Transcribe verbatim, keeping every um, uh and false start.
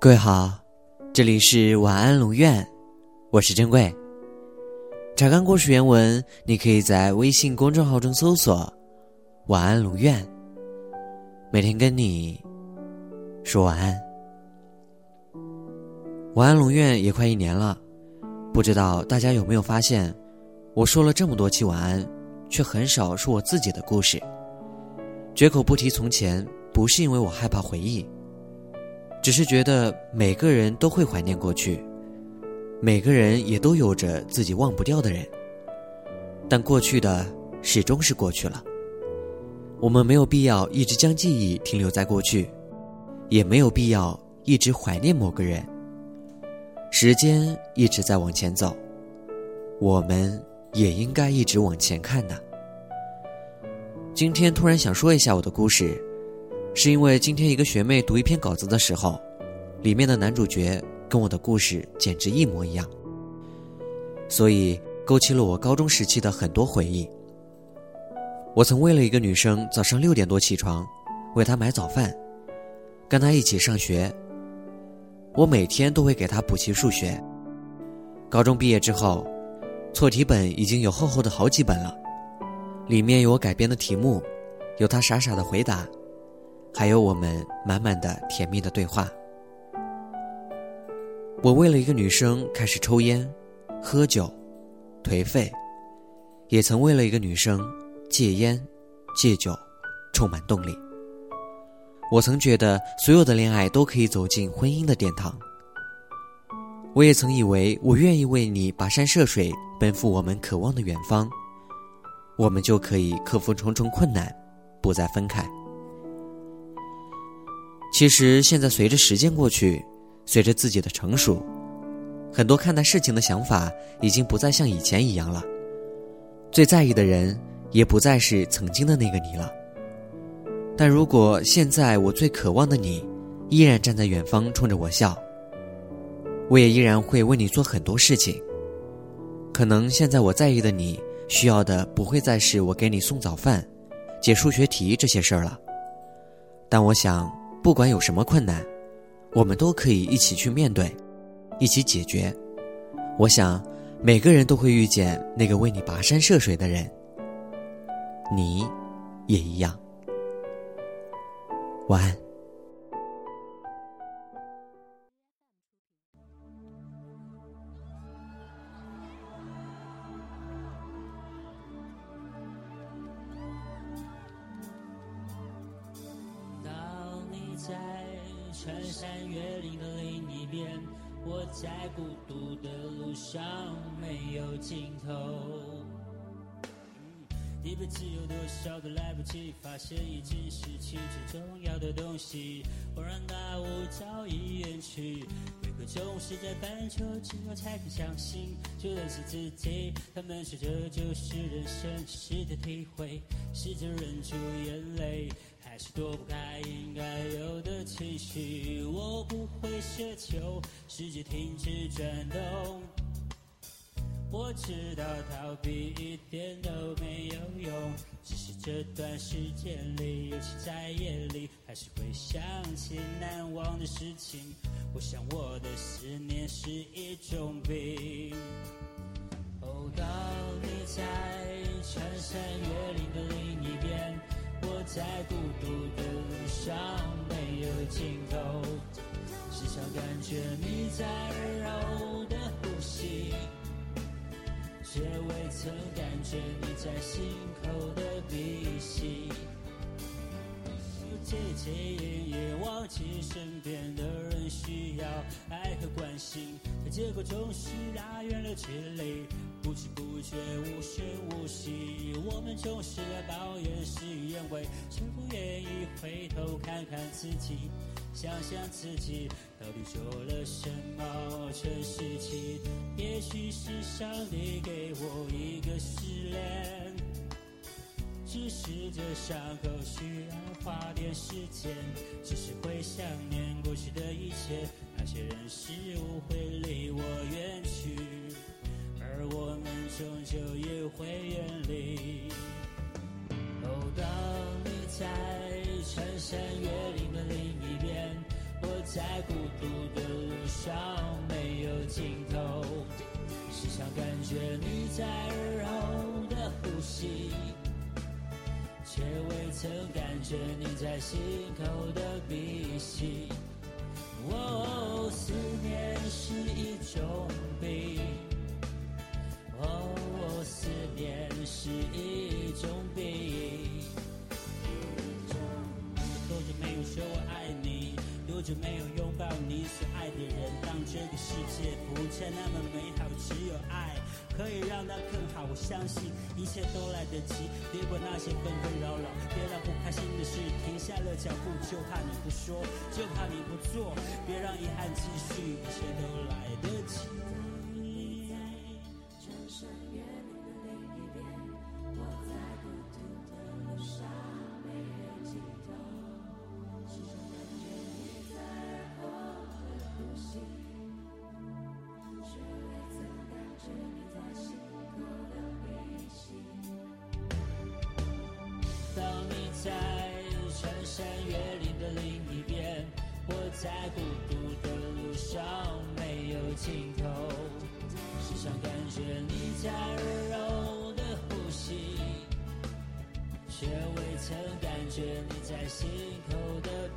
各位好，这里是晚安龙院，我是珍贵。查看故事原文，你可以在微信公众号中搜索晚安龙院，每天跟你说晚安。晚安龙院也快一年了，不知道大家有没有发现，我说了这么多期晚安，却很少说我自己的故事。绝口不提从前，不是因为我害怕回忆，只是觉得每个人都会怀念过去，每个人也都有着自己忘不掉的人，但过去的始终是过去了。我们没有必要一直将记忆停留在过去，也没有必要一直怀念某个人。时间一直在往前走，我们也应该一直往前看呢。今天突然想说一下我的故事，是因为今天一个学妹读一篇稿子的时候，里面的男主角跟我的故事简直一模一样，所以勾起了我高中时期的很多回忆。我曾为了一个女生早上六点多起床，为她买早饭，跟她一起上学。我每天都会给她补习数学。高中毕业之后，错题本已经有厚厚的好几本了，里面有我改编的题目，有她傻傻的回答，还有我们满满的甜蜜的对话。我为了一个女生开始抽烟、喝酒、颓废，也曾为了一个女生戒烟、戒酒，充满动力。我曾觉得所有的恋爱都可以走进婚姻的殿堂。我也曾以为我愿意为你跋山涉水，奔赴我们渴望的远方，我们就可以克服重重困难，不再分开。其实现在随着时间过去，随着自己的成熟，很多看待事情的想法已经不再像以前一样了。最在意的人也不再是曾经的那个你了。但如果现在我最渴望的你依然站在远方冲着我笑，我也依然会为你做很多事情。可能现在我在意的你需要的不会再是我给你送早饭、解数学题这些事儿了，但我想不管有什么困难，我们都可以一起去面对，一起解决。我想每个人都会遇见那个为你跋山涉水的人，你也一样。晚安。 当你在穿山越岭的另一边，我在孤独的路上没有尽头。一辈子有多少都来不及发现，已经失去最重要的东西。恍然大悟早已远去，为何总是在半球之后才肯相信就认识自己？他们说这就是人生时的体会，试着忍住眼泪，还是躲不开应该有的情绪。我不会奢求世界停止转动，我知道逃避一点都没有用，只是这段时间里，尤其在夜里，还是会想起难忘的事情。我想我的思念是一种病。哦，当你在穿山越岭的另一边，我在孤独的路上没有尽头，时常感觉你在温柔的呼吸，却未曾感觉你在心口的鼻息。戒戒烟也忘记身边的人需要爱和关心，可结果总是拉远了距离，不知不觉无声无息。我们总是在抱怨事与愿违，却不愿意回头看看自己，想想自己到底做了什么蠢事情。也许是上帝给我一个试炼，只是这伤口需要花点时间，只是会想念过去的一切，那些人事物会离我远去，而我们终究也会远离。哦，当你在穿山越岭的另一边，我在孤独的路上没有尽头，时常感觉你在耳后的呼吸，却未曾感觉你在心口的鼻息。哦，思念是一种病，哦，思念是一种病。多久没有说我爱你，多久没有拥抱你所爱的人。当这个世界不再那么美好，只有爱可以让它更好。我相信一切都来得及，别管那些纷纷扰扰，别让不开心的事停下了脚步。就怕你不说，就怕你不做，别让遗憾继续，一切都来得及。 转身远离的另一边，我在孤独的路上没有尽头，时常感觉你在耳后的呼吸，却未曾感觉你在心口的鼻息。 当你在穿山越岭的另一边，我在孤独的路上没有尽头，时常感觉你在耳后的呼吸，却未曾感觉你在心口的